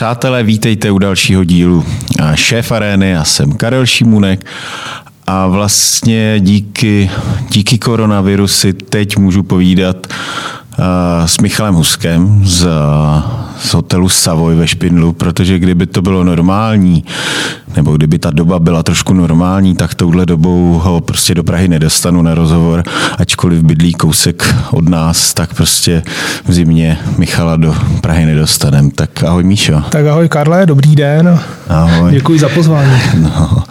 Přátelé, vítejte u dalšího dílu Šéf Arény, já jsem Karel Šimůnek a vlastně díky koronaviru si teď můžu povídat s Michalem Huskem z hotelu Savoy ve Špindlu, protože kdyby to bylo normální, nebo kdyby ta doba byla trošku normální, tak touhle dobou ho prostě do Prahy nedostanu na rozhovor, ačkoliv bydlí kousek od nás, tak prostě v zimě Michala do Prahy nedostanem. Tak ahoj Míšo. Tak ahoj Karle, dobrý den. Ahoj. Děkuji za pozvání. No.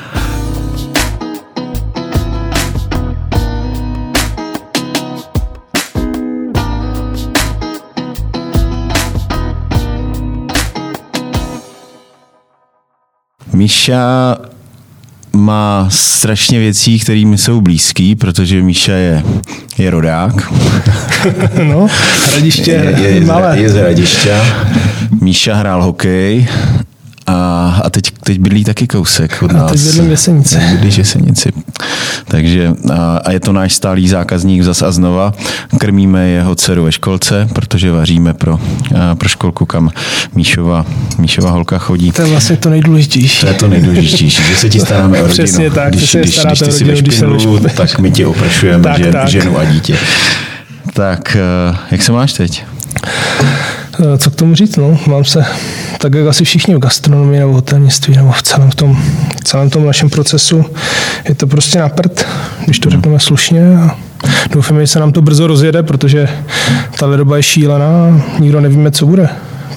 Míša má strašně věcí, které mi jsou blízký, protože Míša je rodák. No, Hradiště je z Hradišťa. Míša hrál hokej a teď bydlí taky kousek od nás. A teď bydlím v Jesenici. Bydlíš v Jesenici. Takže a je to náš stálý zákazník zas a znova. Krmíme jeho dceru ve školce, protože vaříme pro školku, kam Míšova holka chodí. To je vlastně to nejdůležitější. To je to nejdůležitější, že se ti staráme o rodinu. Přesně tak, když ty jsi ve Špindlu, tak my ti oprašujeme ženu a dítě. Tak, jak se máš teď? Co k tomu říct? No, mám se tak, jak asi všichni v gastronomii nebo hotelnictví nebo v celém tom našem procesu. Je to prostě na prd, když to řekneme slušně. A doufám, že se nám to brzo rozjede, protože ta doba je šílená, nikdo nevíme, co bude.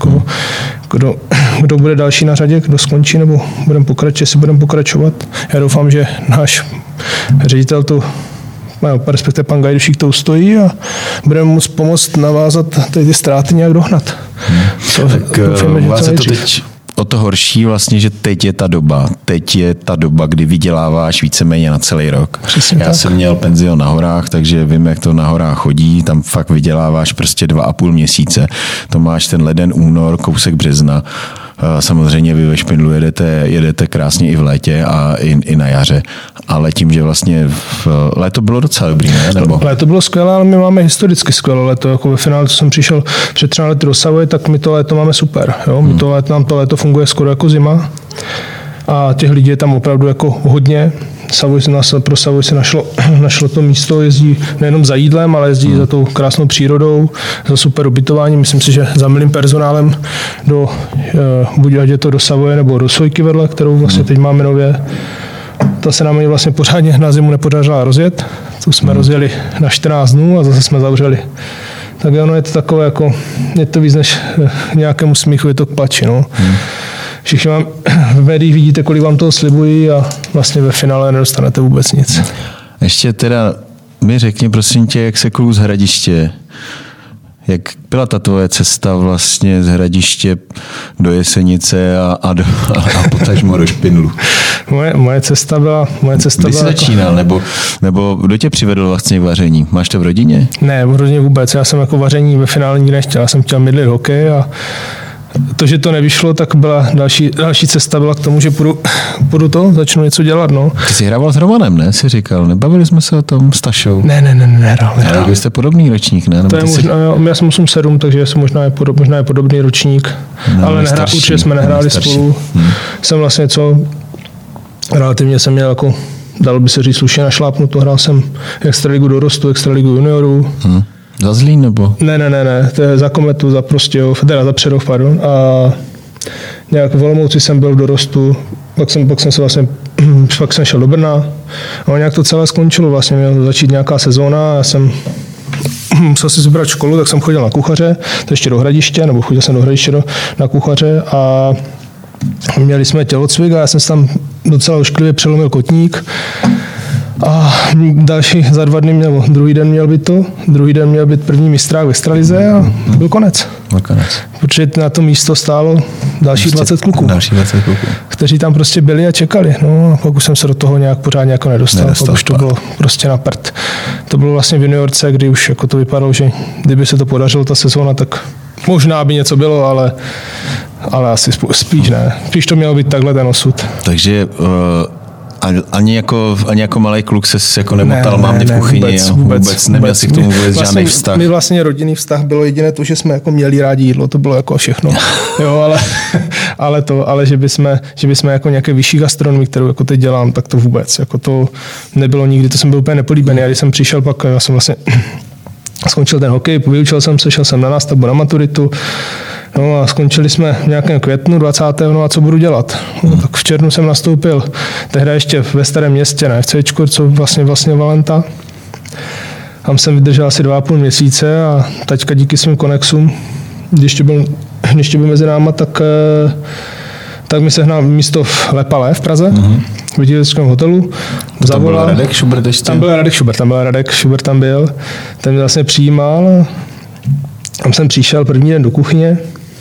Kdo bude další na řadě, kdo skončí, nebo budeme pokračovat. Já doufám, že náš ředitel to respektive pan Gajdušík to ustojí a budeme moct pomoct navázat ty ztráty nějak dohnat. Tak vás je to teď o to horší vlastně, že teď je ta doba, kdy vyděláváš víceméně na celý rok. Já jsem měl penzion na horách, takže vím, jak to na horách chodí, tam fakt vyděláváš prostě 2,5 měsíce. To máš ten leden, únor, kousek března. Samozřejmě vy ve Špindlu jedete krásně i v létě a i na jaře, ale tím, že vlastně léto bylo docela dobrý, ne? Nebo? Léto bylo skvělé, ale my máme historicky skvělé léto. Jako ve finále, co jsem přišel před 3 lety do Savoy, tak my to léto máme super. Jo? Nám to léto funguje skoro jako zima a těch lidí je tam opravdu jako hodně. Pro Savoy se našlo to místo, jezdí nejenom za jídlem, ale jezdí za tou krásnou přírodou, za super ubytováním. Myslím si, že za milým personálem buď ať je to do Savoye nebo do Sojky vedle, kterou vlastně teď máme nově. Ta se nám vlastně pořádně na zimu nepodařila rozjet. To jsme rozjeli na 14 dnů a zase jsme zavřeli. Tak ono je to takové jako, je to víc než nějakému smíchu, je to k plači. No. Všichni vám v médiích vidíte, kolik vám toho slibují a vlastně ve finále nedostanete vůbec nic. Ještě teda mi řekni, prosím tě, jak se kluk z Hradiště, jak byla ta tvoje cesta vlastně z Hradiště do Jesenice a potažmo do Špindlu? Moje cesta byla... Kdy jsi začínal, nebo kdo tě přivedl vlastně k vaření? Máš to v rodině? Ne, v rodině vůbec. Já jsem jako vaření ve finále nikdy nechtěl. Já jsem chtěl mydlit hokej a to, že to nevyšlo, tak byla další cesta byla k tomu, že začnu něco dělat, no. Ty jsi hrával s Romanem, ne? Jsi říkal, nebavili jsme se o tom s Tašou? Nehrál. Ale vy jste podobný ročník, ne? To je možná, já jsem 8,7, takže možná je podobný ročník, ale určitě jsme nehráli spolu. Jsem vlastně relativně jsem měl jako, dalo by se říct, slušně našlápnuto, hrál jsem extraligu dorostu, extraligu juniorů. Za Zlín nebo? Ne, to je za Kometu, za Prostějov, teda za Přerov, pardon. A nějak v Olomouci jsem byl v dorostu, pak jsem šel do Brna a nějak to celé skončilo, vlastně měla začít nějaká sezóna, já jsem musel si vybrat školu, tak jsem chodil na kuchaře, to ještě do Hradiště, nebo chodil jsem do Hradiště na kuchaře a měli jsme tělocvik a já jsem si tam docela ošklivě přelomil kotník. A další za 2 dny druhý den měl být první mistrák v extralize a byl konec. Protože na to místo stálo dalších 20 kluků. Kteří tam prostě byli a čekali. No a pak už jsem se do toho nějak pořádně jako nedostal. Pak už to bylo prostě na prd. To bylo vlastně v juniorce, kdy už jako to vypadalo, že kdyby se to podařilo ta sezóna, tak možná by něco bylo, ale asi spíš ne. Spíš to mělo být takhle ten osud. Takže ani jako malý kluk se jako nemotal, mám v kuchyni vůbec neměl si k tomu vůbec žádný vztah. My vlastně rodinný vztah bylo jediné to, že jsme jako měli rádi jídlo, to bylo jako všechno. Jo, ale že bychom jako nějaké vyšší gastronomii, kterou jako teď dělám, tak to vůbec, jako to nebylo nikdy, to jsem byl úplně nepolíbený. A když jsem přišel pak, já jsem vlastně skončil ten hokej, vyučil jsem se, šel jsem na nástavbu na maturitu, no a skončili jsme v nějakém květnu 20. No a co budu dělat? No, tak v červnu jsem nastoupil tehdy ještě ve Starém Městě na FCčku, co vlastně Valenta. Tam jsem vydržel asi 2,5 měsíce a taťka díky svým konexům, když to byl mezi náma, tak mi sehnal místo v Lepale v Praze, v viditelském hotelu. Tam byl Radek Schubert ještě? Tam byl Radek Schubert, ten mě vlastně přijímal. Tam jsem přišel první den do kuchyně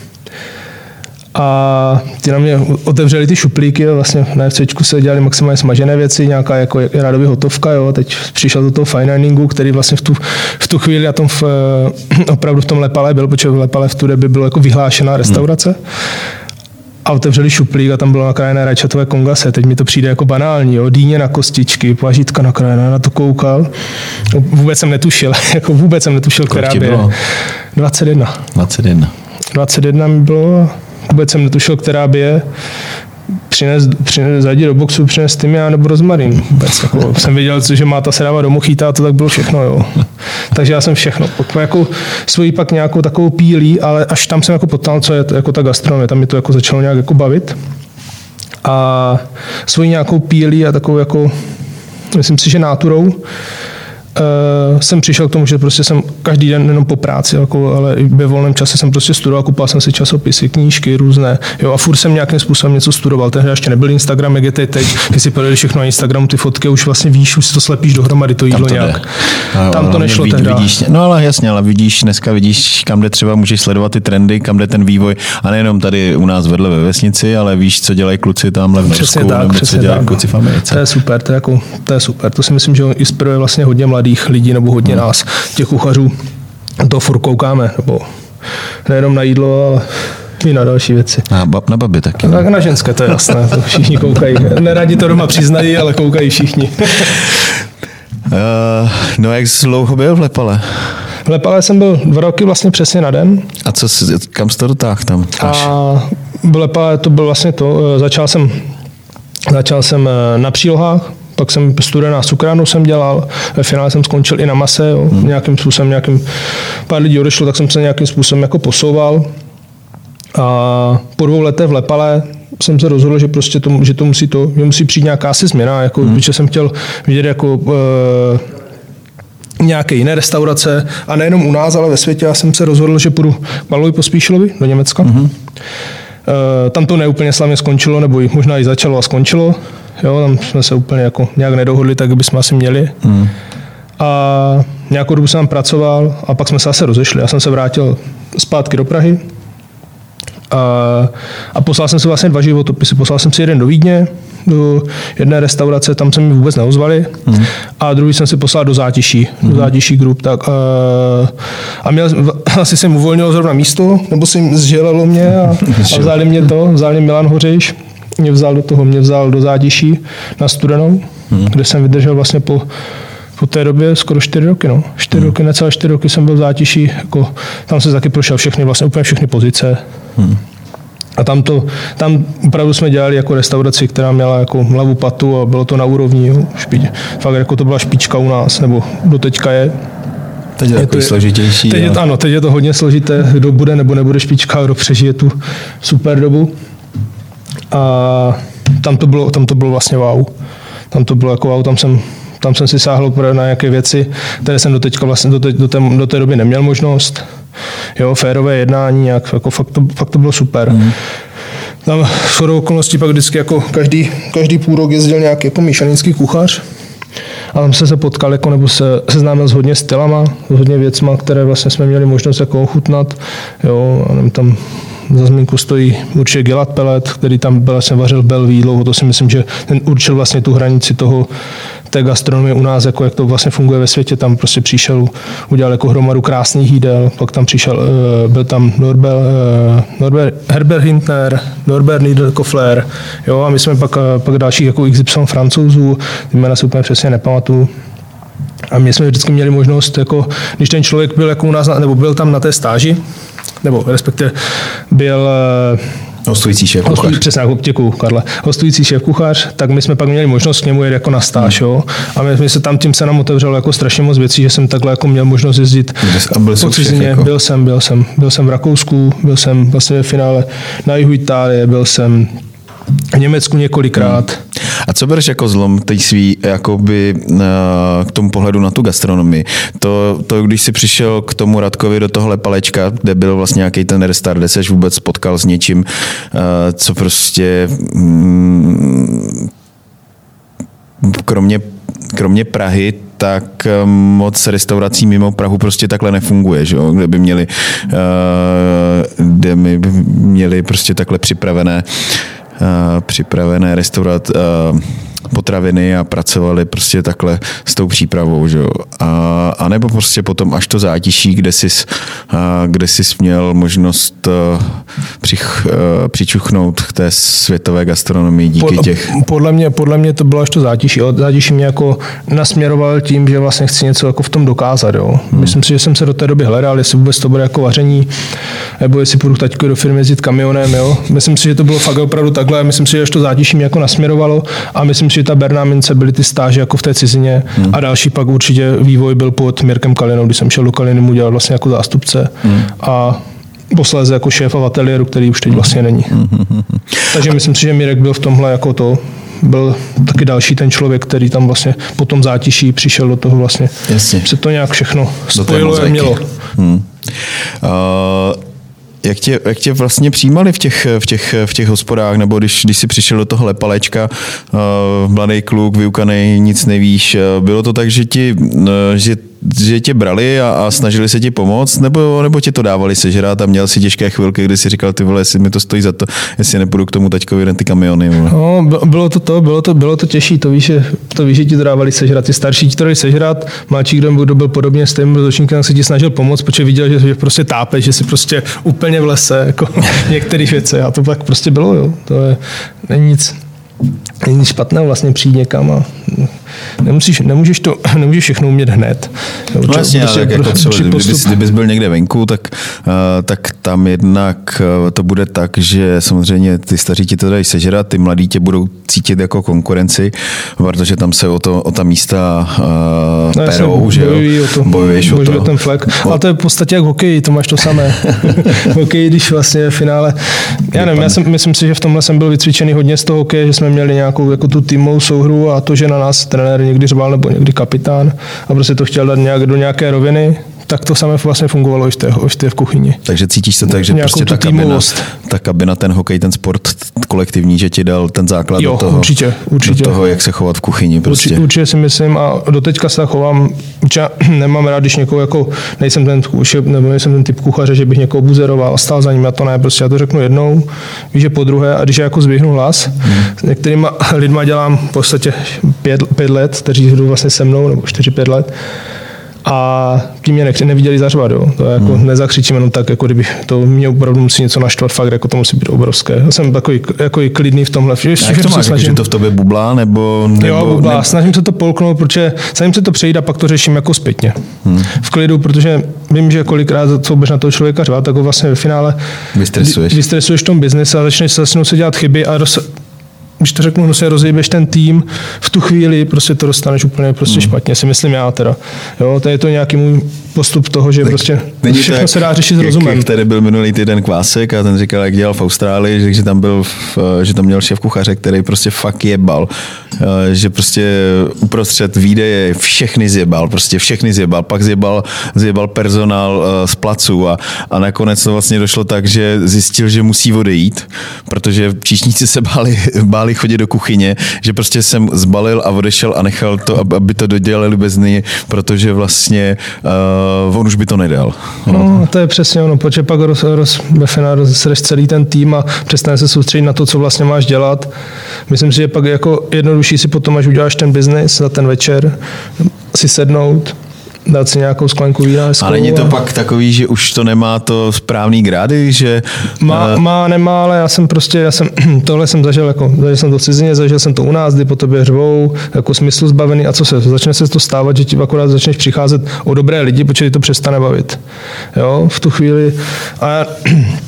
a ty na mě otevřeli ty šuplíky, vlastně na FCčku se dělali maximálně smažené věci, nějaká jako rádově hotovka, jo. Teď přišel do toho fine diningu, který vlastně v tu chvíli a opravdu v tom Lepale byl, protože v Lepale v tu době bylo jako vyhlášená restaurace. A otevřeli šuplík a tam bylo nakrájené rajčatové kongase. Teď mi to přijde jako banální, jo. Dýně na kostičky, pažitka nakrájená, na to koukal. Vůbec jsem netušil, která by je. 21. 21 mi bylo, vůbec jsem netušil, která by je. Zajdi do boxu, přines tymián nebo rozmarín. Jako, jsem věděl, že máta se dává do mochýta a to tak bylo všechno. Jo. Takže já jsem všechno. Jako svoji pak nějakou takovou pílí, ale až tam jsem jako potkal, co je to, jako ta gastronomie, tam mi to jako začalo nějak jako bavit. A svoji nějakou pílí a takovou jako, myslím si, že náturou, jsem přišel k tomu, že prostě jsem každý den jenom po práci, jako, ale i ve volném čase jsem prostě studoval, kupoval jsem si časopisy, knížky různé, jo, a furt jsem nějakým způsobem něco studoval. Tehdy ještě nebyl Instagram, jak je teď, když si podali všechno na Instagramu, ty fotky, už vlastně víš, už si to slepíš dohromady, to jídlo nějak. Tam to nešlo tehdy. No ale jasně, ale dneska vidíš, kam jde třeba, můžeš sledovat ty trendy, kam jde ten vývoj, a nejenom tady u nás vedle ve vesnici, ale víš, co dělají kluci tamhle v Norsku, nebo co dělají kluci v Americe. To je super, to je super. To si myslím, že inspiruje vlastně hodně mladých lidí nebo hodně nás, těch kuchařů. To furt koukáme, nebo nejenom na jídlo, ale i na další věci. A na babi taky. Tak na ženské, to je jasné, to všichni koukají. Neradi to doma přiznají, ale koukají všichni. No jak jsi dlouho byl v Lepale? V Lepale jsem byl 2 roky vlastně přesně na den. A kam jsi to dotáhl tam? A v Lepale to byl vlastně to, začal jsem na přílohách, pak jsem studená cukránu jsem dělal, ve finále jsem skončil i na mase, jo. Nějakým způsobem, pár lidí odešlo, tak jsem se nějakým způsobem jako posouval. A po 2 letech v Lepale jsem se rozhodl, že prostě že musí přijít nějaká asi změna, jako, protože jsem chtěl vidět jako nějaké jiné restaurace a nejenom u nás, ale ve světě. Já jsem se rozhodl, že půjdu k Pavlovi Pospíšilovi do Německa. Tam to neúplně slavně skončilo, nebo možná i začalo a skončilo. Jo, tam jsme se úplně jako nějak nedohodli, tak bychom asi měli. A nějakou dobu jsem tam pracoval a pak jsme se zase rozešli. Já jsem se vrátil zpátky do Prahy a poslal jsem si vlastně 2 životopisy. Poslal jsem si jeden do Vídně, do jedné restaurace, tam se mi vůbec neozvali. A druhý jsem si poslal do Zátiší, Group. Tak, a asi jsem uvolnil zrovna místo, nebo se jim zželelo mě a vzali mě Milan Hořejš. Mě vzal do Zátiší na Studenou, kde jsem vydržel vlastně po té době skoro 4 roky. No. 4 roky, necelé 4 roky jsem byl v Zátiší, jako, tam se taky prošel úplně všechny pozice. A tam opravdu jsme dělali jako restauraci, která měla jako hlavu patu a bylo to na úrovni. Jo. Fakt jako to byla špička u nás, nebo doteďka je. Teď je to složitější. Teď je to hodně složité, kdo bude nebo nebude špička, kdo přežije tu super dobu. A tam to bylo vlastně wow. Tam to bylo jako wow, tam jsem si sáhl na nějaké věci, které jsem doteďka vlastně do té doby neměl možnost. Jo, férové jednání, jako fakt to bylo super. Tam shodou okolností pak vždycky jako každý půl rok jezdil nějaký jako míšaninský kuchař. A tam se potkal jako, nebo se seznámil s hodně stylama, s hodně věcma, které vlastně jsme měli možnost jako ochutnat. Jo, a tam za zmínku stojí určitě Gilad Pelet, který tam vlastně vařil v Belvii dlouho. To si myslím, že ten určil vlastně tu hranici té gastronomie u nás, jako jak to vlastně funguje ve světě. Tam prostě přišel, udělal jako hromadu krásných jídel, pak tam byl tam Herbert Hintner, Norbert Niederkofler, jo, a my jsme pak dalších jako XY Francouzů, jména si úplně přesně nepamatuju. A my jsme vždycky měli možnost, jako, když ten člověk byl jako u nás, nebo byl tam na té stáži, nebo respektive byl Hostující šéf kuchař. Přesně, děkuju, Karle. Hostující šéf kuchař, tak my jsme pak měli možnost k němu jít jako na stáž, jo. A my se tam tím se nám otevřelo jako strašně moc věcí, že jsem takhle jako měl možnost jezdit po cizině. Jako? Byl jsem v Rakousku, byl jsem vlastně ve finále na jihu Itálie, byl jsem v Německu několikrát. A co bereš jako zlom teď svý jakoby k tomu pohledu na tu gastronomii? To když jsi přišel k tomu Radkovi do toho Lepalečka, kde byl vlastně nějaký ten restart, kde seš vůbec potkal s něčím, co prostě kromě Prahy, tak moc restaurací mimo Prahu prostě takhle nefunguje, že jo? Kde by měli prostě takhle připravené potraviny a pracovali prostě takhle s tou přípravou, že jo. A nebo prostě potom až to zátiší, kde jsi měl možnost přičuchnout k té světové gastronomii díky těch. Podle mě to bylo až to zátiší. Zátiší mě jako nasměroval tím, že vlastně chci něco jako v tom dokázat, jo. Myslím si, že jsem se do té doby hledal, jestli vůbec to bude jako vaření, nebo jestli půjdu taťko do firmy jezdit kamionem, jo. Myslím si, že to bylo fakt opravdu takhle. Myslím si, že až to zátiší mě jako nasměrovalo a myslím si, že ta Berná mince byly ty stáže jako v té cizině a další pak určitě vývoj byl pod Mirkem Kalinou, když jsem šel do Kaliny mu dělat vlastně jako zástupce a posléze jako šéfa v ateliéru, který už teď vlastně není. Takže myslím si, že Mirek byl v tomhle jako to, byl taky další ten člověk, který tam vlastně po tom zátiší přišel do toho vlastně. Jasně. Se to nějak všechno spojilo a mělo. Jak tě vlastně přijímali v těch hospodách, nebo když jsi přišel do toho Lepalečka, mladý kluk, vyukanej, nic nevíš, bylo to tak, že tě brali a snažili se ti pomoct, nebo ti to dávali sežrat a měl si těžké chvilky, kdy si říkal, ty vole, jestli mi to stojí za to, jestli nepůjdu k tomu taťkovi jen ty kamiony. No, bylo to těžší, to víš, že ti to dávali sežrat, ty starší ti to dali sežrat, mladší, kdo byl podobně stejným ročníkem, se ti snažil pomoct, protože viděl, že prostě tápeš, že si prostě úplně v lese, jako některé věci a to tak prostě bylo, jo, to není nic špatného vlastně přijít někam a nemůžeš všechno umět hned. No jasně, ale jako třeba, kdybys byl někde venku, tak tam jednak to bude tak, že samozřejmě ty staří ti to dají sežrat, ty mladí tě budou cítit jako konkurenci, protože tam se o ta místa perou, že jo? Bojuješ o to. Ten flek. Ale to je v podstatě jak v hokeji, to máš to samé. V hokeji, když vlastně v finále, já nevím, myslím si, že v tomhle jsem byl vycvičený hodně z toho hokeje, že jsme měli nějakou jako tu týmovou souhru a to, že na nás trenér někdy řval nebo někdy kapitán a prostě to chtěl dát do nějaké roviny, tak to samé vlastně fungovalo i v kuchyni. Takže cítíš se tak, že prostě ta kabina, ten hokej, ten sport kolektivní, že ti dal ten základ do toho, určitě. Do toho, jak se chovat v kuchyni. Prostě. Určitě si myslím a doteďka se tak chovám, nemám rád, když někoho jako, nejsem ten typ kuchaře, že bych někoho buzeroval a stál za ním, já to ne, prostě já to řeknu jednou, víš, že po druhé a když já jako zvyhnu hlas, s některýma lidma dělám v podstatě 5 let, kteří jdou vlastně se mnou, nebo 4-5 let, a tím mě neviděli zařvat, jo. To jako nezakřičím jenom tak, jako kdyby to mě opravdu musí něco naštvat, fakt jako to musí být obrovské. Já jsem takový jako klidný v tomhle. Jak to máš, že to v tobě bublá, nebo jo, bublá. Snažím se to polknout, protože snažím se to přejít a pak to řeším jako zpětně. V klidu, protože vím, že kolikrát co budeš na toho člověka řvat, tak ho vlastně ve finále vystresuješ v tom biznise a začneš se dělat chyby a když to řeknu, se rozjebeš ten tým, v tu chvíli prostě to dostaneš úplně prostě špatně, si myslím já teda. Jo, to je to nějaký můj postup toho, že tak prostě všechno se dá řešit s rozumem. Jak tady byl minulý týden Kvásek a ten říkal, jak dělal v Austrálii, že tam měl šéf kuchaře, který prostě fakt jebal, že prostě uprostřed výdeje všechny zjebal, pak zjebal personál z placu a nakonec to vlastně došlo tak, že zjistil, že musí odejít, protože číšníci se báli chodit do kuchyně, že prostě jsem zbalil a odešel a nechal to, aby to dodělali bez něj, protože vlastně on už by to nedal. No, to je přesně ono, protože pak ve finále rozsedeš celý ten tým a přestane se soustředit na to, co vlastně máš dělat. Myslím si, že pak jako jednodušší si potom, až uděláš ten biznis za ten večer, si sednout, dát si nějakou sklenku vína. A není to pak takový, že už to nemá to správný grády, že... Nemá, ale tohle jsem zažil jsem to v cizině, zažil jsem to u nás, kdy po tobě řvou, jako smyslu zbavený a začne se to stávat, že ti akorát začneš přicházet o dobré lidi, protože ti to přestane bavit. Jo, v tu chvíli. A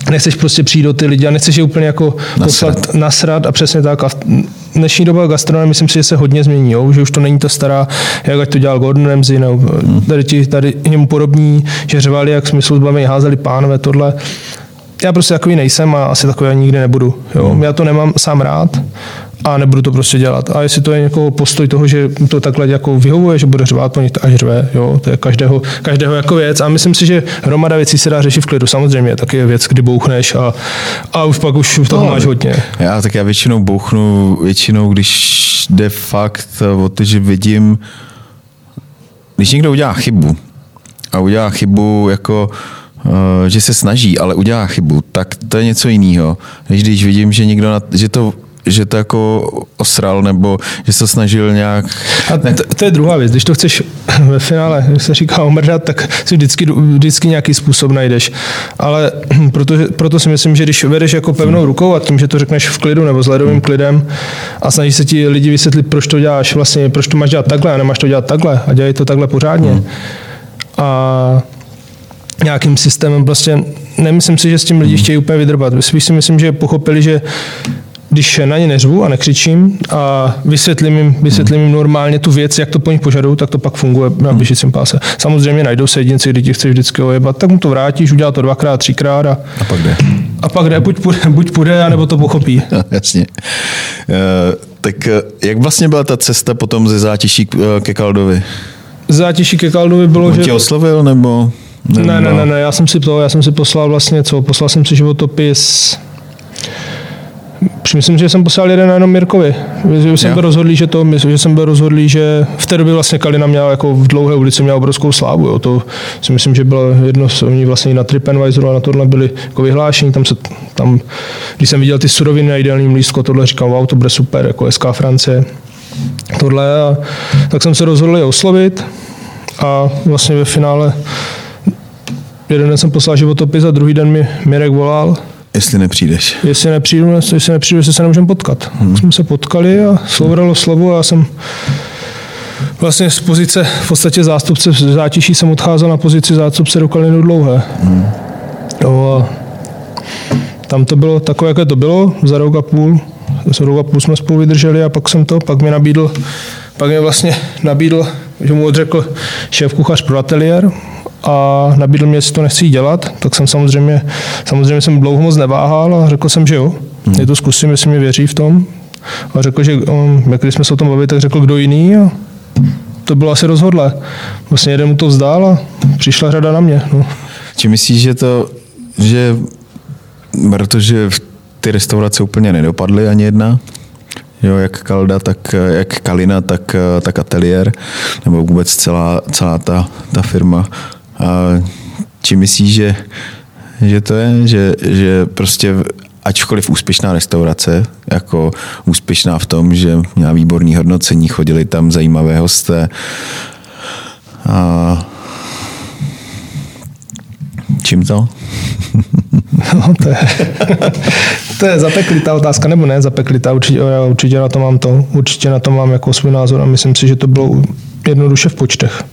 nechceš prostě přijít do ty lidi a nechceš je úplně jako poslat nasrat a přesně tak. A v dnešní době gastronomie myslím si, že se hodně změní, jo? Že už to není to stará, jak ať to dělal Gordon Ramsay, nebo tady němu podobní, že řvali jak smyslu zbavení, házeli pánové, tohle. Já prostě takový nejsem a asi takový nikdy nebudu. Jo? Já to nemám sám rád a nebudu to prostě dělat. A jestli to je jako postoj toho, že to takhle jako vyhovuje, že bude řvát po nich, až řve, jo? To je každého jako věc. A myslím si, že hromada věcí se dá řešit v klidu. Samozřejmě taky je věc, kdy bouchneš a už pak už toho máš hodně. Já většinou bouchnu, když jde fakt o to, že vidím, když někdo udělá chybu a udělá chybu jako že se snaží, ale udělá chybu, tak to je něco jiného. Když vidím, že někdo, že to jako osral, nebo že se snažil nějak... A to je druhá věc. Když to chceš ve finále, když se říká omrdat, tak si vždycky nějaký způsob najdeš. Ale proto si myslím, že když vedeš jako pevnou rukou a tím, že to řekneš v klidu nebo s ledovým klidem a snažíš se ti lidi vysvětlit, proč to děláš vlastně, proč to máš dělat takhle a nemáš to dělat takhle a dělají to takhle pořádně. A nějakým systémem prostě nemyslím si, že s tím lidi chtějí úplně vydrbat. Spíš si myslím, že pochopili, že když na ně neřvu a nekřičím a vysvětlím jim normálně tu věc, jak to po nich požadují, tak to pak funguje na běžícím páse. Samozřejmě najdou se jedinci, kdy ti chceš vždycky ojebat, tak mu to vrátíš, udělá to 2x, 3x a pak jde. A pak jde, buď půjde, anebo to pochopí. No, jasně. Tak jak vlastně byla ta cesta potom ze Zátiší ke Kaldovi? Ze Zátiší ke Kaldovi bylo, že... On tě oslovil, nebo... Ne, já jsem si poslal vlastně poslal jsem si životopis. Myslím, že jsem poslal jeden jenom Mirkovi. Že jsem byl rozhodlý, že v té době vlastně Kalina měla jako v Dlouhé ulici měla obrovskou slávu. Jo. To si myslím, že bylo jedno, oni vlastně na TripAdvisoru a na tohle byli jako vyhlášení. Tam, když jsem viděl ty suroviny na jídelním lístku, tohle říkám, wow, to bude super, jako SK Francie. Tohle a tak jsem se rozhodl je oslovit a vlastně ve finále jeden den jsem poslal životopis a druhý den mi Mirek volal. Jestli nepřijdeš. Jestli nepřijdu, jestli se nemůžeme potkat. Jsme se potkali a slovo dalo slovo a já jsem vlastně z pozice v podstatě zástupce v Zátiší jsem odcházel na pozici zástupce do Kaliny Dlouhé. No a tam to bylo takové, jaké to bylo, za rok a půl jsme spolu vydrželi a pak mě vlastně nabídl, že mu odřekl šéf kuchař pro ateliér, a nabídl mě, jestli to nechci dělat, tak jsem samozřejmě jsem dlouho moc neváhal a řekl jsem, že jo, je to zkusím, jestli mě věří v tom. A řekl, že když jsme se o tom bavili, tak řekl, kdo jiný a to bylo asi rozhodlé. Vlastně jeden mu to vzdál a přišla řada na mě. No. Či myslíš, že protože ty restaurace úplně nedopadly ani jedna? Jo, jak Kalda, jak Kalina, tak ateliér, nebo vůbec celá ta firma. A či myslíš, že to je, že prostě ačkoliv úspěšná restaurace, jako úspěšná v tom, že měla výborný hodnocení, chodili tam zajímavé hosté. A čím to? No, to je zapeklitá otázka, nebo ne zapeklitá, určitě na to mám jako svůj názor a myslím si, že to bylo jednoduše v počtech.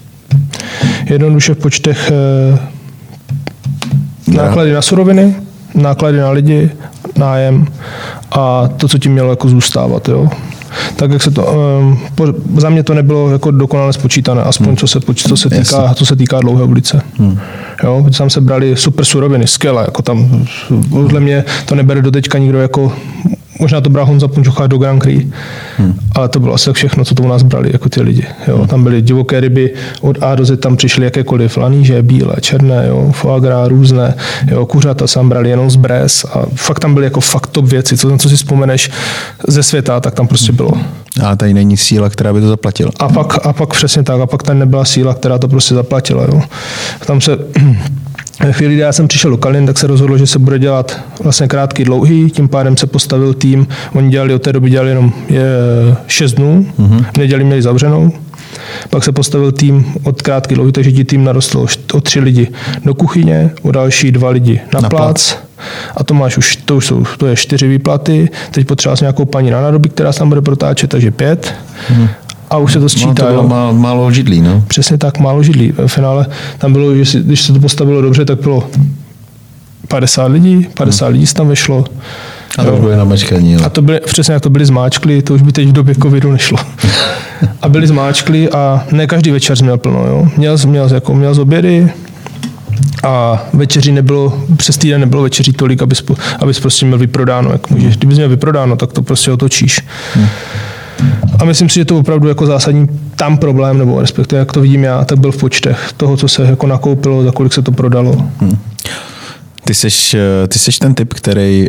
Náklady na suroviny, náklady na lidi, nájem a to, co tím mělo jako zůstávat. Jo. Tak jak se to, za mě to nebylo jako dokonale spočítané, aspoň co se týká Dlouhé ulice. Jo, tam se brali super suroviny, skvěle, jako tam podle mě to nebere doteďka nikdo jako, možná to bral Honza Punčuchář do Grand Prix, ale to bylo asi všechno, co to u nás brali, jako ty lidi. Jo. Tam byly divoké ryby, od A do Z tam přišly jakékoliv laníže, bílé, černé, jo, foie gras, různé, jo, kuřata tam brali jenom z Brés a fakt tam byly jako fakt top věci, co si vzpomeneš ze světa, tak tam prostě bylo. Ale tady není síla, která by to zaplatila. A pak přesně tak, a pak tady nebyla síla, která to prostě zaplatila. Jo. Tam se ve chvíli, kdy já jsem přišel do Kalin, tak se rozhodlo, že se bude dělat vlastně krátký, dlouhý, tím pádem se postavil tým, oni od té doby dělali jenom 6 dnů, v neděli měli zavřenou, pak se postavil tým od krátký, dlouhý, takže ti tým narostl o 3 lidi do kuchyně, o další 2 lidi na plác. A to je 4 výplaty, teď potřeba nějakou paní na nádobí, která se tam bude protáčet, takže 5. A už se to sčítá. No, to bylo málo židlí, no? Přesně tak, málo židlí. V finále tam bylo, že když se to postavilo dobře, tak bylo 50 lidí tam vešlo. A to už byly namačkaní. A to byly, přesně jak to byli zmáčkli, to už by teď v době covidu nešlo. A byli zmáčkli a ne každý večer jsi měl plno. Jo. Měl z obědy a večeří nebylo, přes týden nebylo večeří tolik, abys prostě měl vyprodáno. Jak můžeš. Kdybys měl vyprodáno, tak to prostě otočíš. A myslím si, že to opravdu jako zásadní tam problém, nebo respektive jak to vidím já, tak byl v počtech toho, co se jako nakoupilo, za kolik se to prodalo. Ty seš ten typ, který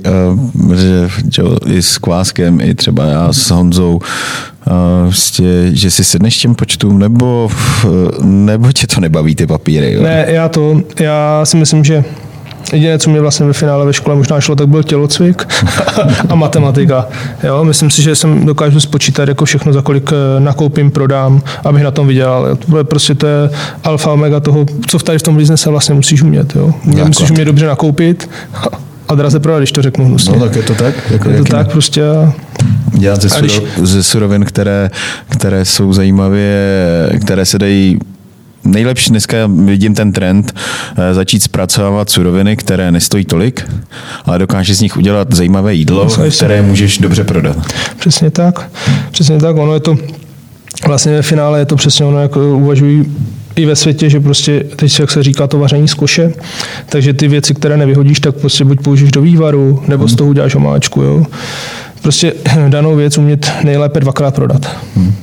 i s Kváskem, i třeba já s Honzou, že si sedneš těm počtům, nebo tě to nebaví ty papíry? Jo? Ne, já si myslím, že jediné, co mě vlastně ve finále ve škole možná šlo, tak byl tělocvik a matematika. Jo, myslím si, že jsem dokážu spočítat jako všechno, za kolik nakoupím, prodám, abych na tom vydělal. To je alfa omega toho, co tady v tom biznese vlastně musíš umět. Jo. Musíš umět dobře nakoupit a draze prodat, když to řeknu hnusně. No tak je to tak? Je to tak prostě. Dělat ze surovin, které jsou zajímavě, které se dají nejlepší dneska vidím ten trend začít zpracovávat suroviny, které nestojí tolik, ale dokáže z nich udělat zajímavé jídlo, které můžeš dobře prodat. Přesně tak. Ono je to vlastně ve finále je to přesně ono, jak uvažují i ve světě, že prostě teď, jak se říká, to vaření z koše, takže ty věci, které nevyhodíš, tak prostě buď použiješ do vývaru, nebo z toho uděláš omáčku. Jo. Prostě danou věc umět nejlépe 2krát prodat.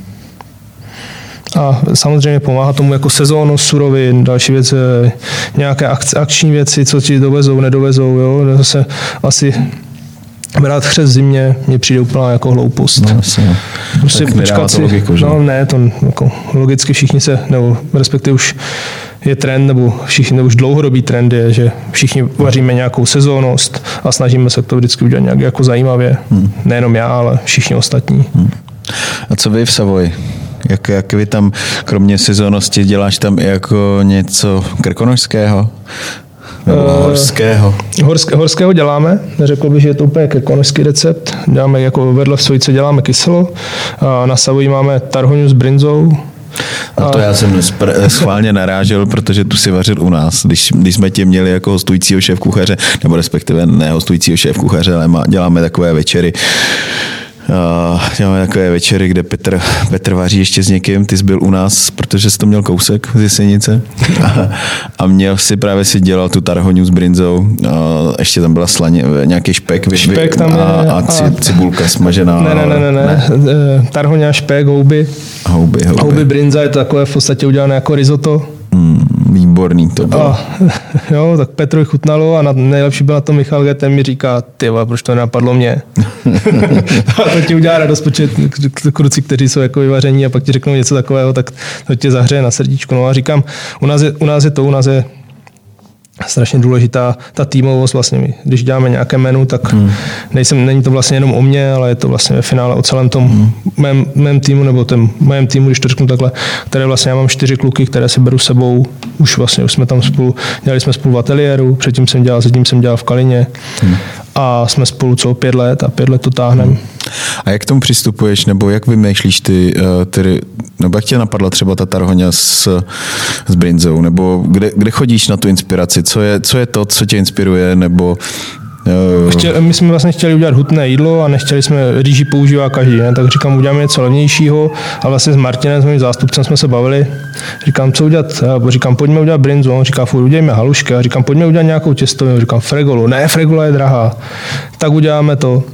A samozřejmě pomáhá tomu jako sezónnost surovin, další věc, nějaké akční věci, co ti dovezou, nedovezou. Jo? Zase asi brát chřest v zimě mně přijde úplná jako hloupost. No, vlastně. Prostě tak nedává to logiku, že? No ne, to jako logicky všichni nebo respektive už je trend, nebo už dlouhodobý trend je, že všichni vaříme nějakou sezónnost a snažíme se to vždycky udělat nějak jako zajímavě. Nejenom já, ale všichni ostatní. A co vy v Savoji? Jak vy tam, kromě sezónnosti, děláš tam i jako něco krkonošského? Nebo horského? Horského děláme, neřekl bych, že je to úplně krkonošský recept. Děláme jako vedle v Sojce děláme kyselo. A na Savoji máme tarhoňu s brinzou. A to já jsem schválně narážel, protože tu si vařil u nás, když jsme tě měli jako hostujícího šéfkuchaře, nebo respektive ne hostujícího šéfkuchaře, ale děláme takové večery. Děláme takové večery, kde Petr vaří ještě s někým, ty jsi byl u nás, protože jsi to měl kousek z Jesenice a měl si právě dělal tu tarhoňu s brinzou, ještě tam byla nějaký špek tam a cibulka smažená. Ne. Tarhoňa, špek, houby, brinza, je to takové v podstatě udělané jako risotto. Výborný to bylo. Jo, tak Petrovi chutnalo a nejlepší byl na tom Michal G, ten mi říká, proč to nenapadlo mě. A to ti udělá radost, protože kluci, kteří jsou jako vyvaření a pak ti řeknou něco takového, tak to tě zahřeje na srdíčko. No a říkám, u nás je strašně důležitá ta týmovost vlastně. Když děláme nějaké menu, tak není to vlastně jenom o mně, ale je to vlastně ve finále o celém tom mém týmu, nebo mém týmu, když to řeknu takhle, které vlastně já mám 4 kluky, které si beru s sebou. Už jsme tam dělali jsme spolu v ateliéru, předtím jsem dělal v Kalině a jsme spolu celou 5 let a 5 let to táhneme. A jak k tomu přistupuješ, nebo jak vymýšlíš nebo jak tě napadla třeba ta tarhoňa s brinzou, nebo kde chodíš na tu inspiraci, co je to, co tě inspiruje, nebo... My jsme vlastně chtěli udělat hutné jídlo a nechtěli jsme, rýži používá každý, ne? Tak říkám, uděláme něco levnějšího a vlastně s Martinem, s mým zástupcem, jsme se bavili. Říkám, co udělat? Říkám, pojďme udělat brinzu. On říká, udělejme halušky. A říkám, pojďme udělat nějakou těstovinu. Říkám, fregolu. Ne, fregola je drahá. Tak uděláme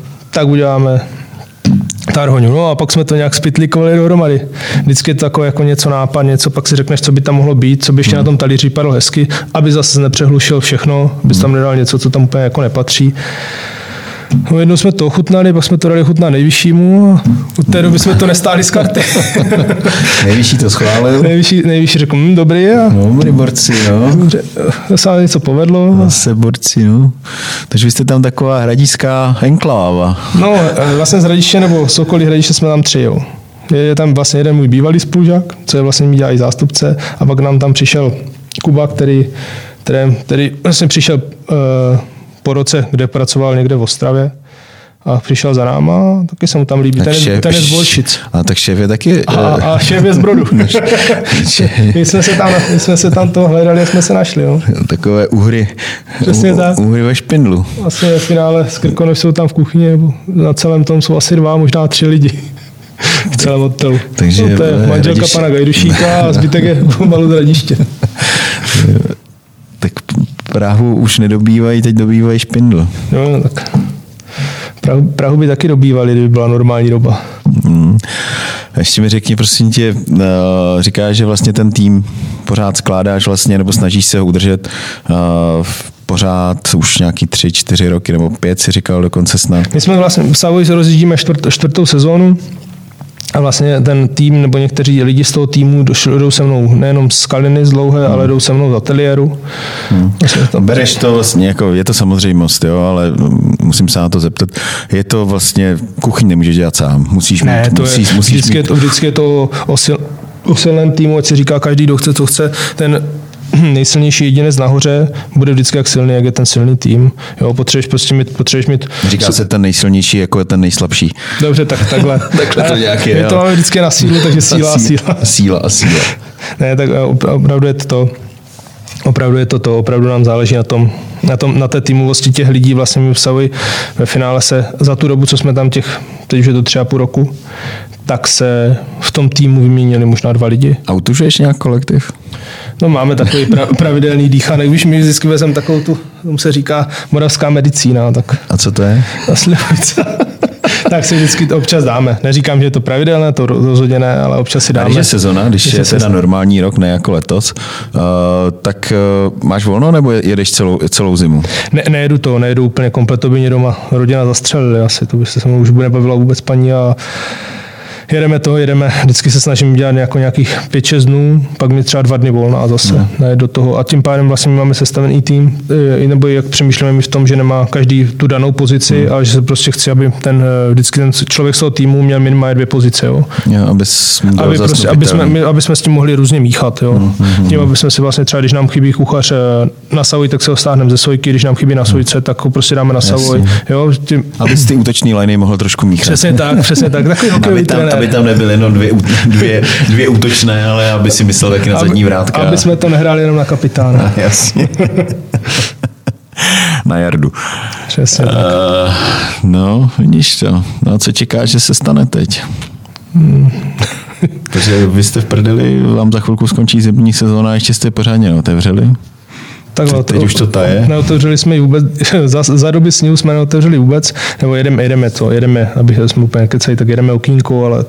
tarhoňu. No a pak jsme to nějak spytlikovali dohromady. Vždycky je to takové jako něco nápad, něco, pak si řekneš, co by tam mohlo být, co by ještě na tom talíři vypadalo hezky, aby zase nepřehlušil všechno, aby tam nedal něco, co tam úplně jako nepatří. No, jednou jsme to ochutnali, pak jsme to dali chutnat nejvyššímu a od té doby jsme to nestáhli z karty. Nejvyšší to schválil. Nejvyšší řekl, dobrý. Dobrý borci, no. Dobře, se něco povedlo. Zase borci, no. Takže vy jste tam taková hradická enkláva. No, vlastně z Hradiště nebo z okolí Hradiště jsme tam 3, jo. Je tam vlastně jeden můj bývalý spolužák, co je vlastně mi dělá i zástupce, a pak nám tam přišel Kuba, který vlastně přišel po roce, kde pracoval někde v Ostravě a přišel za náma, taky se mu tam líbí. Ten je z Bolšic. A tak šéf je taky... A šéf je z Brodu. My jsme se tam to hledali a jsme se našli. Jo. Takové uhry ve špindlu. Vlastně v finále s Krkonoš jsou tam v kuchyni, na celém tom jsou asi 2, možná 3 lidi. V celém hotelu. Takže to je manželka pana Gajdušíka a zbytek je Balu z Hradiště. Tak Prahu už nedobývají, teď dobývají špindl. No, tak Prahu by taky dobývali, kdyby byla normální doba. Ještě mi řekni, prosím tě, říkáš, že vlastně ten tým pořád skládáš vlastně, nebo snažíš se ho udržet pořád už nějaký 3-4 roky, nebo 5 si říkal dokonce snad. My jsme vlastně v Savoji se rozjíždíme čtvrtou sezónu a vlastně ten tým, nebo někteří lidi z toho týmu jdou se mnou nejenom z Kaliny z Dlouhé, ale jdou se mnou z ateliéru. Bereš to vlastně, jako je to samozřejmost, jo, ale musím se na to zeptat. Je to vlastně, kuchyň nemůžeš dělat sám. Musíš vždycky je to o silném týmu, ať si říká každý, kdo chce, co chce. Ten nejsilnější jedinec nahoře bude vždycky jak silný, jak je ten silný tým. Jo, potřebuješ mít... Říká se ten nejsilnější jako je ten nejslabší. Dobře, takhle. Takhle to nějak je. My to máme vždycky na sílu, takže síla. Síla. Ne, tak opravdu je to. Opravdu nám záleží na té týmovosti těch lidí. Vlastně my v Savoji ve finále se za tu dobu, co jsme tam teď už je to 3,5 roku, tak se v tom týmu vyměnili možná 2 lidi. A utužuješ nějak kolektiv? No máme takový pravidelný dýchanek. Víš, my vždycky vezem takovou tomu se říká moravská medicína. Tak. A co to je? Tak si vždycky to občas dáme. Neříkám, že je to pravidelné, to rozhodně ne, ale občas si dáme. Když je sezona, když je teda normální rok, ne jako letos, tak máš volno nebo jedeš celou zimu? Nejedu úplně komplet, to by mě doma rodina zastřelili asi, to by se mnou už nebavila vůbec paní a jedeme, vždycky se snažím dělat nějakých 5-6 dnů, pak mi třeba 2 dny volna a zase ne do toho. A tím pádem vlastně máme sestavený tým, nebo jak přemýšlíme my v tom, že nemá každý tu danou pozici, ale že se prostě chci, aby vždycky ten člověk z toho týmu měl minimálně 2 pozice. Jo. Aby jsme s tím mohli různě míchat. Jo. Tím, aby jsme si vlastně třeba, když nám chybí kuchař na Savoj, tak se ho stáhneme ze Sojky, když nám chybí na Sojce, tak ho prostě dáme na Savoj. Jo. Abys ty útoční liney mohl trošku míchat. Přesně tak. Takový aby tam nebyly jenom dvě útočné, ale aby si myslel taky na zadní vrátka. Aby jsme to nehráli jenom na kapitána. Jasně. Na Jardu. Přesně tak. No, vidíš to. No a co čekáš, že se stane teď? Takže vy jste v prdeli, vám za chvilku skončí zimní sezóna a ještě jste pořádně neotevřeli? Takhle, teď už to taje? Neotevřeli jsme ji vůbec, za doby sněhu jsme neotevřeli vůbec, nebo jedeme, abych jsme úplně kecali, tak jedeme okýnko, ale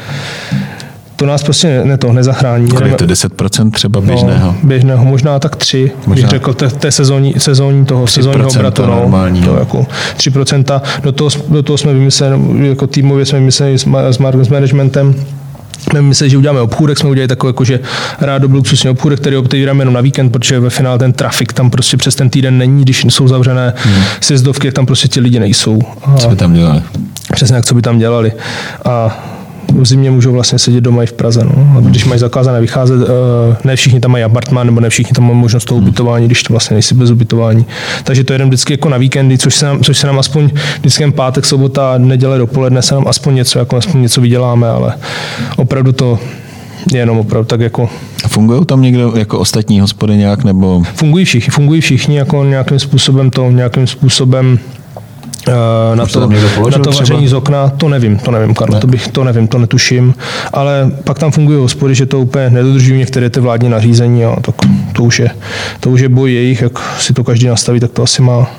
to nás prostě nezachrání. Kolik je to 10% třeba běžného? No, běžného, možná tak 3, bych řekl, té sezónního obratu. Normální, to jako 3%. Do toho jsme vymysleli, jako týmově jsme vymysleli s managementem, mysleli, že uděláme obchůdek, jsme udělali takový, jakože rádo byl luxusní obchůdek, který otevíráme jenom na víkend, protože ve finále ten trafik tam prostě přes ten týden není, když jsou zavřené sjezdovky, tam prostě ti lidi nejsou. Co by tam dělali? Přesně jak co by tam dělali. A v zimě můžou vlastně sedět doma i v Praze. No. A když mají zakázané vycházet, ne všichni tam mají apartmán, nebo ne všichni tam mají možnost toho ubytování, když to vlastně nejsi bez ubytování. Takže to jedeme vždycky jako na víkendy, což se nám aspoň vždycky pátek, sobota, neděle dopoledne se nám aspoň něco vyděláme, ale opravdu to je jenom opravdu tak jako... A fungují tam někdo jako ostatní hospody nějak, nebo... Fungují všichni jako nějakým způsobem na to vaření z okna, to nevím, Karlo, to netuším, ale pak tam fungují hospody, že to úplně nedodržují některé ty vládní nařízení a tak to už je boj jejich, jak si to každý nastaví, tak to asi má.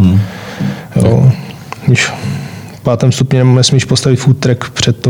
Jo, když v 5. stupni nesmíš postavit food truck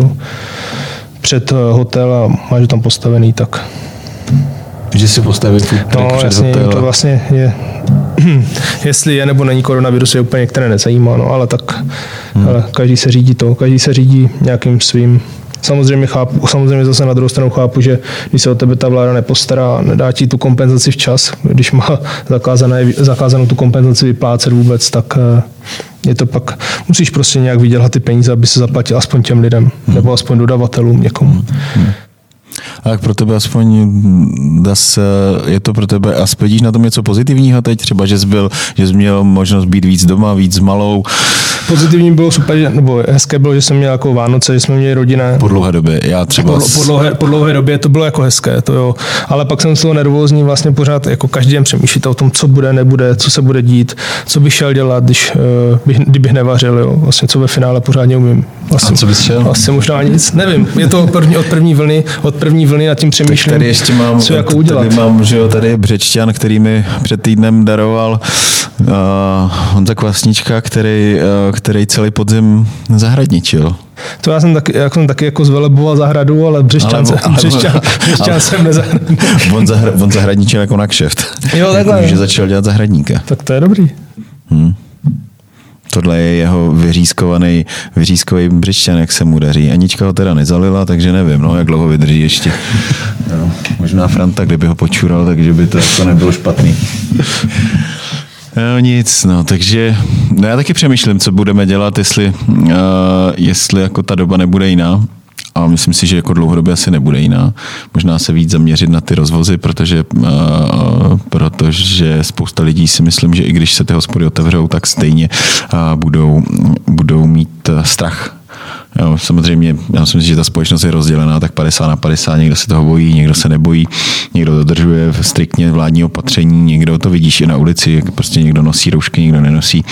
před hotel a máš ho tam postavený, tak... Že si postavit food truck před hotel. To vlastně je... Jestli je nebo není koronavirus, je úplně některé nezajímá, no, ale tak ale každý se řídí nějakým svým. Samozřejmě zase na druhou stranu chápu, že když se o tebe ta vláda nepostará, nedá ti tu kompenzaci včas, když má zakázanou tu kompenzaci vyplácet vůbec, tak je to pak, musíš prostě nějak vydělat ty peníze, aby se zaplatil aspoň těm lidem, nebo aspoň dodavatelům někomu. tak pro tebe aspoň je to pro tebe, a vidíš na tom něco pozitivního teď? Třeba, že jsi měl možnost být víc doma, víc s malou? Pozitivní bylo super, nebo hezké bylo, že jsem měl jako Vánoce, že jsme měli rodinné. Po dlouhé době, já třeba... Po dlouhé době to bylo jako hezké, to jo. Ale pak jsem z toho nervózní vlastně pořád jako každý den přemýšlet o tom, co bude, nebude, co se bude dít, co bych šel dělat, kdybych nevařil, jo. Vlastně co ve finále pořádně umím. Vlastně, a co bys šel? Vlastně možná nic, nevím. Je to od první vlny nad tím přemýšlím, tady ještě mám, co jako udělat. Tady mám, že jo, tady Břečťan, který mi před týdnem daroval Honza Kvasnička, který celý podzim zahradničil. To já jsem taky jako zveleboval zahradu, ale Břešťan jsem nezahradnil. On zahradničil jako na kšeft. Jo, takhle. Že začal dělat zahradníka. Tak to je dobrý. Tohle je jeho vyřízkový Břešťan, jak se mu daří. Anička ho teda nezalila, takže nevím, no, jak dlouho vydrží ještě. No, možná Franta, kdyby ho počural, takže by to jako nebylo špatný. No nic, no, takže já taky přemýšlím, co budeme dělat, jestli jako ta doba nebude jiná. A myslím si, že jako dlouhodobě asi nebude jiná. Možná se víc zaměřit na ty rozvozy, protože spousta lidí si myslím, že i když se ty hospody otevřou, tak stejně budou mít strach. Jo, samozřejmě, já myslím, že ta společnost je rozdělená tak 50/50, někdo se toho bojí, někdo se nebojí, někdo dodržuje striktně vládní opatření, někdo to vidíš i na ulici, jak prostě někdo nosí roušky, někdo nenosí.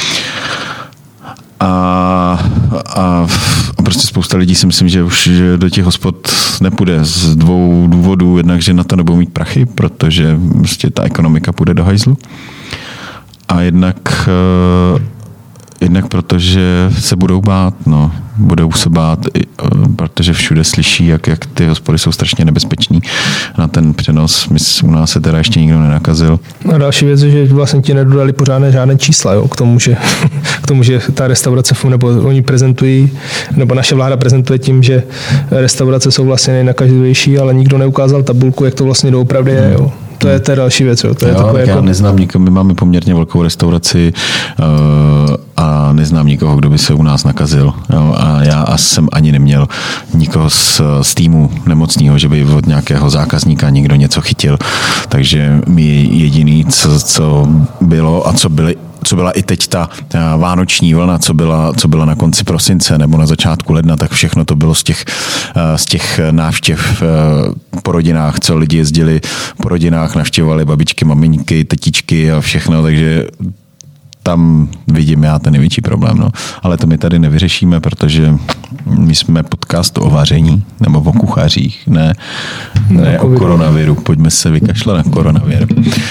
A prostě spousta lidí si myslím, že už do těch hospod nepůjde z 2 důvodů. Jednak, že na to nebudou mít prachy, protože prostě ta ekonomika půjde do hajzlu. A jednak protože se budou bát, budou se bát, protože všude slyší, jak ty hospody jsou strašně nebezpečný na ten přenos. U nás se teda ještě nikdo nenakazil. A další věc je, že vlastně ti nedodali pořádné žádné čísla, jo, k tomu, že ta restaurace, nebo oni prezentují, nebo naše vláda prezentuje tím, že restaurace jsou vlastně nejnakažlivější, ale nikdo neukázal tabulku, jak to vlastně doopravdy je, jo. To je další věc. Jo. To je takové já jako... neznám nikoho, my máme poměrně velkou restauraci a neznám nikoho, kdo by se u nás nakazil. Jo. A já jsem ani neměl nikoho z týmu nemocného, že by od nějakého zákazníka někdo něco chytil. Takže mi jediný, co bylo a co byla i teď ta vánoční vlna, co byla na konci prosince nebo na začátku ledna, tak všechno to bylo z těch návštěv po rodinách, co lidi jezdili po rodinách, navštěvovali babičky, maminky, tetičky a všechno, takže tam vidím já ten největší problém. No. Ale to my tady nevyřešíme, protože my jsme podcast o vaření nebo o kuchařích, ne o koronaviru. Pojďme se vykašlat na koronavir.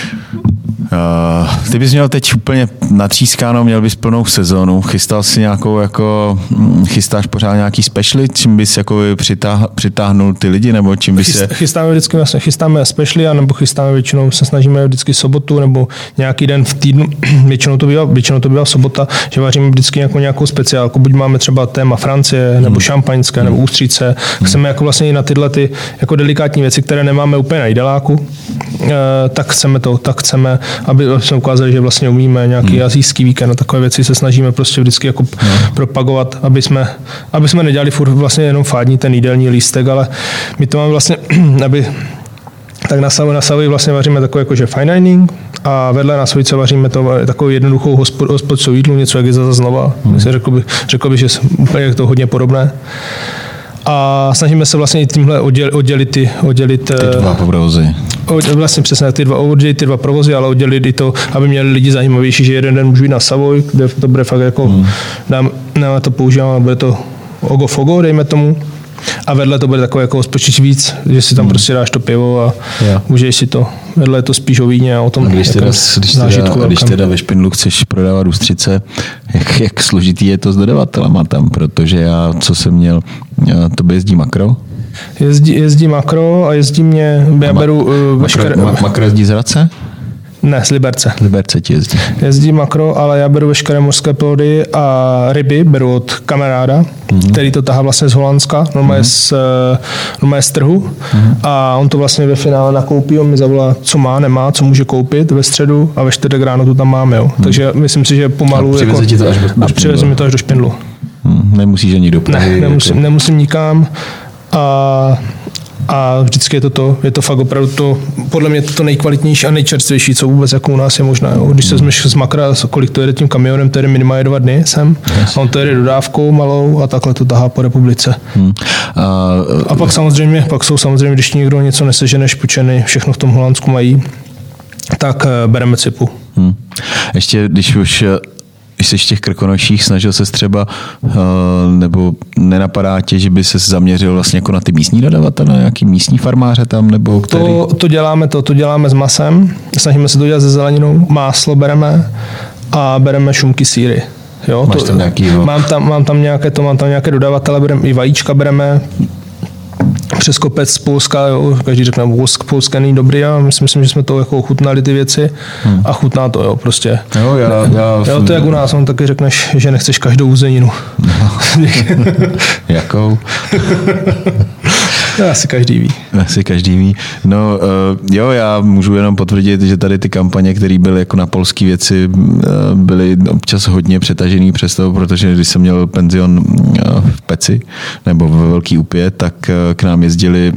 Ty bys měl teď úplně natřískáno, měl bys plnou sezónu, chystal si chystáš pořád nějaký specialy, čím bys jako přitáhnul ty lidi, nebo čím bys se... Chystáme specialy, nebo chystáme většinou, se snažíme vždycky sobotu, nebo nějaký den v týdnu, většinou to bývá sobota, že vaříme vždycky nějakou speciálku, buď máme třeba téma Francie, nebo šampaňské, nebo ústřice, chceme jako vlastně i na tyhle ty jako delikátní věci, které nemáme úplně na jídeláku, tak chceme, aby jsme ukázali, že vlastně umíme nějaký asijský víkend a takové věci se snažíme prostě vždycky jako propagovat, aby jsme nedělali furt vlastně jenom fádní ten jídelní lístek, ale my to máme vlastně, aby tak na Savoji vlastně vaříme takový jakože fine dining a vedle na Savojice vaříme takovou jednoduchou hospodskou jídlu, něco jak je znova. Řekl bych, že úplně je to hodně podobné. A snažíme se vlastně tímhle oddělit ty dva provozy. Vlastně přesně oddělit ty dva provozy, ale oddělit i to, aby měli lidi zajímavější, že jeden den můžu jít na Savoy, kde to bude fakt jako, dáme to používáme, bude to ogo-fogo, dejme tomu. A vedle to bude takové jako spočíš víc, že si tam prostě dáš to pivo a můžeš si to, vedle je to spíš o víně a o tom zážitku. Když teda ve Špindlu chceš prodávat ústřice, jak složitý je to s dodavatelama tam, protože co jsem měl, to jezdí Makro? Jezdí Makro a já beru veškeré... Makro jezdí z Hradce? Ne, z Liberce. Liberce ti jezdí. Jezdí Makro, ale já beru veškeré mořské plody a ryby beru od kamaráda, který to tahá vlastně z Holandska, normálně z trhu. A on to vlastně ve finále nakoupí, on mi zavolá, co má, nemá, co může koupit ve středu a ve čtvrtek ráno to tam máme. Jo. Takže myslím si, že pomalu... A přiveze mi to až do Špindlu. Nemusíš ani do Prahy. Ne, nemusím nikam. A vždycky je to fakt opravdu to, podle mě to nejkvalitnější a nejčerstvější, co vůbec jako u nás je možné. Jo. Když se vezmeš z Makra, kolik to jede tím kamionem, to jede minimálně 2 dny sem, a on to jede dodávkou malou a takhle to tahá po republice. A pak jsou samozřejmě, když někdo něco nesežene, špučeny, všechno v tom Holandsku mají, tak bereme cipu. Ještě, když jsi v těch Krkonoších, snažil ses třeba, nebo nenapadá tě, že by se zaměřil vlastně jako na ty místní dodavatele, na nějaký místní farmáře tam, nebo který? To děláme s masem, snažíme se to dělat se zeleninou, máslo bereme a bereme šunky, sýry. Jo, máš tam nějaký, mám tam nějaké dodavatele, bereme, i vajíčka bereme, přes kopec z Polska, jo, každý řekne, Polska není dobrý, a myslím, že jsme to jako ochutnali ty věci a chutná to, jo, prostě. Jo, to jak u nás, on taky řekneš, že nechceš každou uzeninu. Jakou? Asi každý ví. No jo, já můžu jenom potvrdit, že tady ty kampaně, které byly jako na polské věci, byly občas hodně přetažený přes to, protože když jsem měl penzion v Peci nebo ve Velký Úpě, tak k nám jezdili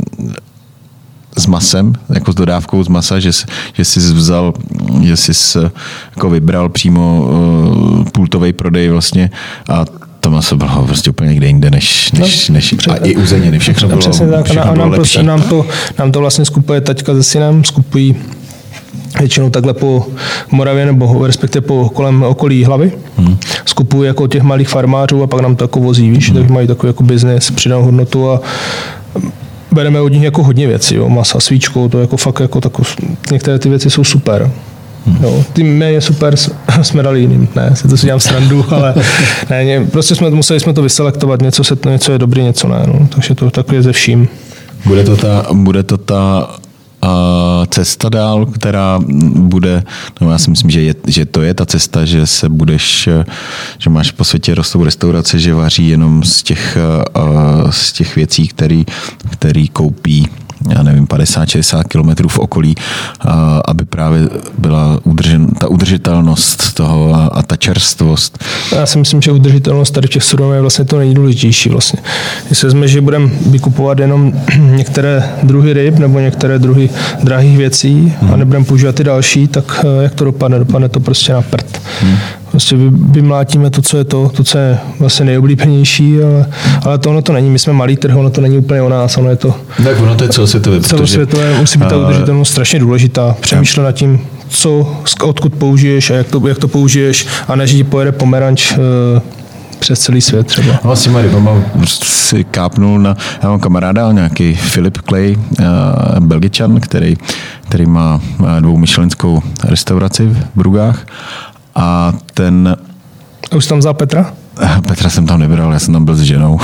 s masem, jako s dodávkou z masa, že jsi vzal, že jsi jako vybral přímo pultovej prodej vlastně, a to maso bylo prostě úplně někde jinde, než a i uzeniny, všechno bylo, bylo lepší. Nám to vlastně skupuje taťka se synem, skupují většinou takhle po Moravě, nebo respektive po kolem okolí Hlavy. Skupují jako těch malých farmářů a pak nám to jako vozí, víš, takže mají takový jako biznes, přidanou hodnotu a bereme od nich jako hodně věcí, jo, masa, svíčkou, to jako fakt jako některé ty věci jsou super. Jo, ty je super, jsme dali jiným, ne, to si dělám srandu, ale ne, prostě museli jsme to vyselektovat, něco je dobrý, něco ne, no, takže to takhle ze vším. Bude to ta cesta dál, která bude, no já si myslím, že to je ta cesta, že že máš po světě rostou restaurace, že vaří jenom z těch věcí, který koupí, já nevím, 50-60 kilometrů v okolí, aby právě byla ta udržitelnost toho a ta čerstvost. Já si myslím, že udržitelnost tady v těch surovinách je vlastně to nejdůležitější vlastně. Jestli jsme, že budeme vykupovat jenom některé druhy ryb nebo některé druhy drahých věcí a nebudeme používat ty další, tak jak to dopadne? Dopadne to prostě na prd. Prostě vymlátíme to, co je vlastně nejoblíbenější, ale to ono to není. My jsme malý trh, ono to není úplně o nás, ono je to... Tak ono to je celosvětové. Celosvětové musí být ta udržitelnost strašně důležitá. Přemýšlet nad tím, odkud použiješ a jak to použiješ, a ne, že ti pojede pomeranč přes celý svět třeba. No, s těma rybama si kápnul já mám kamaráda, nějaký Philip Clay, Belgičan, který má 2michelenskou restauraci v Brugách. A už jsi tam vzal Petra? Petra jsem tam nebral, já jsem tam byl s ženou.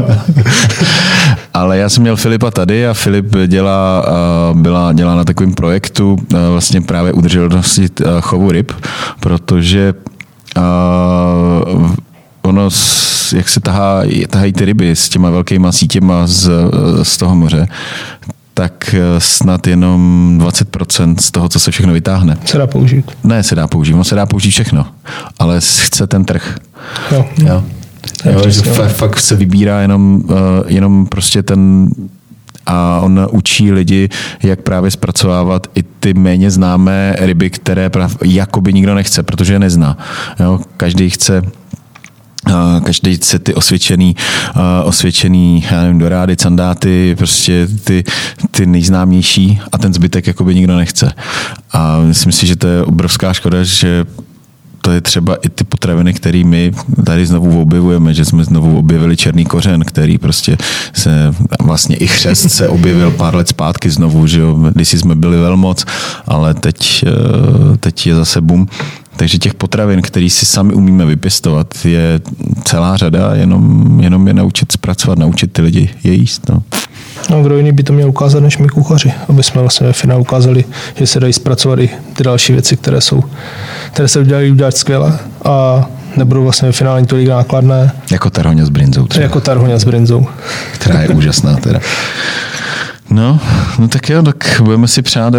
Ale já jsem měl Filipa tady a Filip dělá na takovém projektu vlastně právě udržitelnosti chovu ryb, protože ono, jak se tahají ty ryby s těma velkýma sítěma z toho moře, tak snad jenom 20% z toho, co se všechno vytáhne. Se dá použít. Ne, se dá použít všechno, ale chce ten trh. Jo. Že fakt se vybírá jenom prostě a on učí lidi, jak právě zpracovávat i ty méně známé ryby, které jakoby nikdo nechce, protože je nezná. Jo? Každý chce ty osvědčený, já nevím, dorády, candáty, prostě ty nejznámější, a ten zbytek jakoby nikdo nechce. A myslím si, že to je obrovská škoda, že to je třeba i ty potraviny, které my tady znovu objevujeme, že jsme znovu objevili černý kořen, který prostě vlastně i chřest se objevil pár let zpátky znovu, že jo, když jsme byli velmoc, ale teď je zase boom. Takže těch potravin, které si sami umíme vypěstovat, je celá řada, jenom je naučit zpracovat, naučit ty lidi je jíst. No. No, kdo jiný by to měl ukázat než my kuchaři, aby jsme vlastně ve finále ukázali, že se dají zpracovat i ty další věci, které se dají udělat skvěle a nebudou vlastně ve finále tolik nákladné. Jako tarhoňa s brinzou. Jako tarhoňa s brinzou. Která je úžasná teda. No tak jo, tak budeme si přát,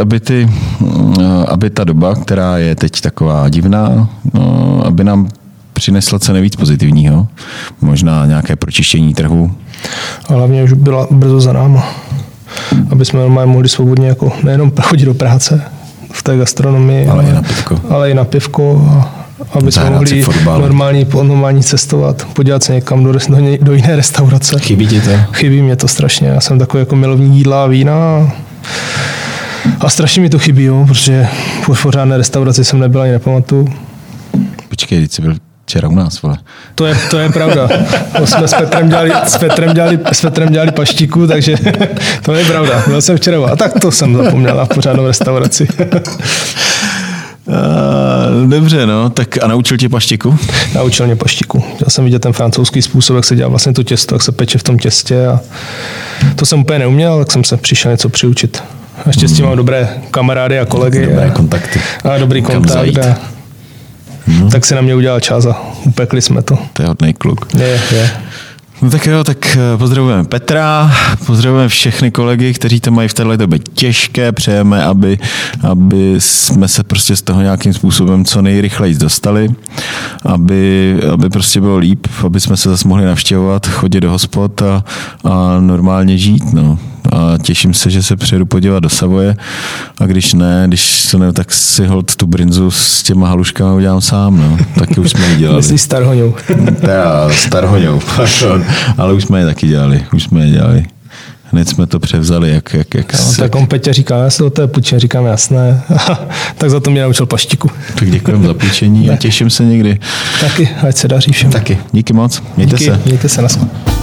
aby ta doba, která je teď taková divná, aby nám přinesla co nejvíc pozitivního. Možná nějaké pročištění trhu. A hlavně už byla brzo za náma. Aby jsme normálně mohli svobodně jako nejenom chodit do práce v té gastronomii, ale i na pivko a aby jsme mohli normální cestovat, podívat se někam do jiné restaurace. Chybí ti to? Chybí mě to strašně. Já jsem takový jako milovník jídla a vína a strašně mi to chybí, jo, protože v pořádné restauraci jsem nebyl ani nepamatuju. Počkej, teď jsi byl včera u nás, vole. To je pravda. To jsme s Petrem dělali paštiku, takže to je pravda. Byl jsem včera, a tak to jsem zapomněl na pořádnou restauraci. Dobře, no, tak a naučil tě paštiku? Naučil mě paštiku. Chtěl jsem vidět ten francouzský způsob, jak se dělá vlastně to těsto, jak se peče v tom těstě a to jsem úplně neuměl, tak jsem se přišel něco přiučit. Naštěstí mám dobré kamarády a kolegy. Dobré kontakty. A dobrý kontakt. Tak si na mě udělal čas a upekli jsme to. To je hodnej kluk. Je. No tak jo, tak pozdravujeme Petra, pozdravujeme všechny kolegy, kteří to mají v téhle době těžké, přejeme, aby jsme se prostě z toho nějakým způsobem co nejrychleji dostali, aby prostě bylo líp, aby jsme se zase mohli navštěvovat, chodit do hospod a normálně žít, no. A těším se, že se přijedu podívat do Savoye a když to ne, tak si holt tu brinzu s těma haluškama udělám sám, no. Taky už jsme ji dělali. Myslíš starhoňou? Starhoňou, pardon. Ale už jsme je taky dělali, Hned jsme to převzali, jak no, tak on Petě říká, já se do té půjčím, říkám jasné. Tak za to mě naučil paštiku. Tak děkujeme za půjčení a těším se někdy. Taky, ať se daří všem. Taky, díky moc, mějte se. Mějte se, naschle.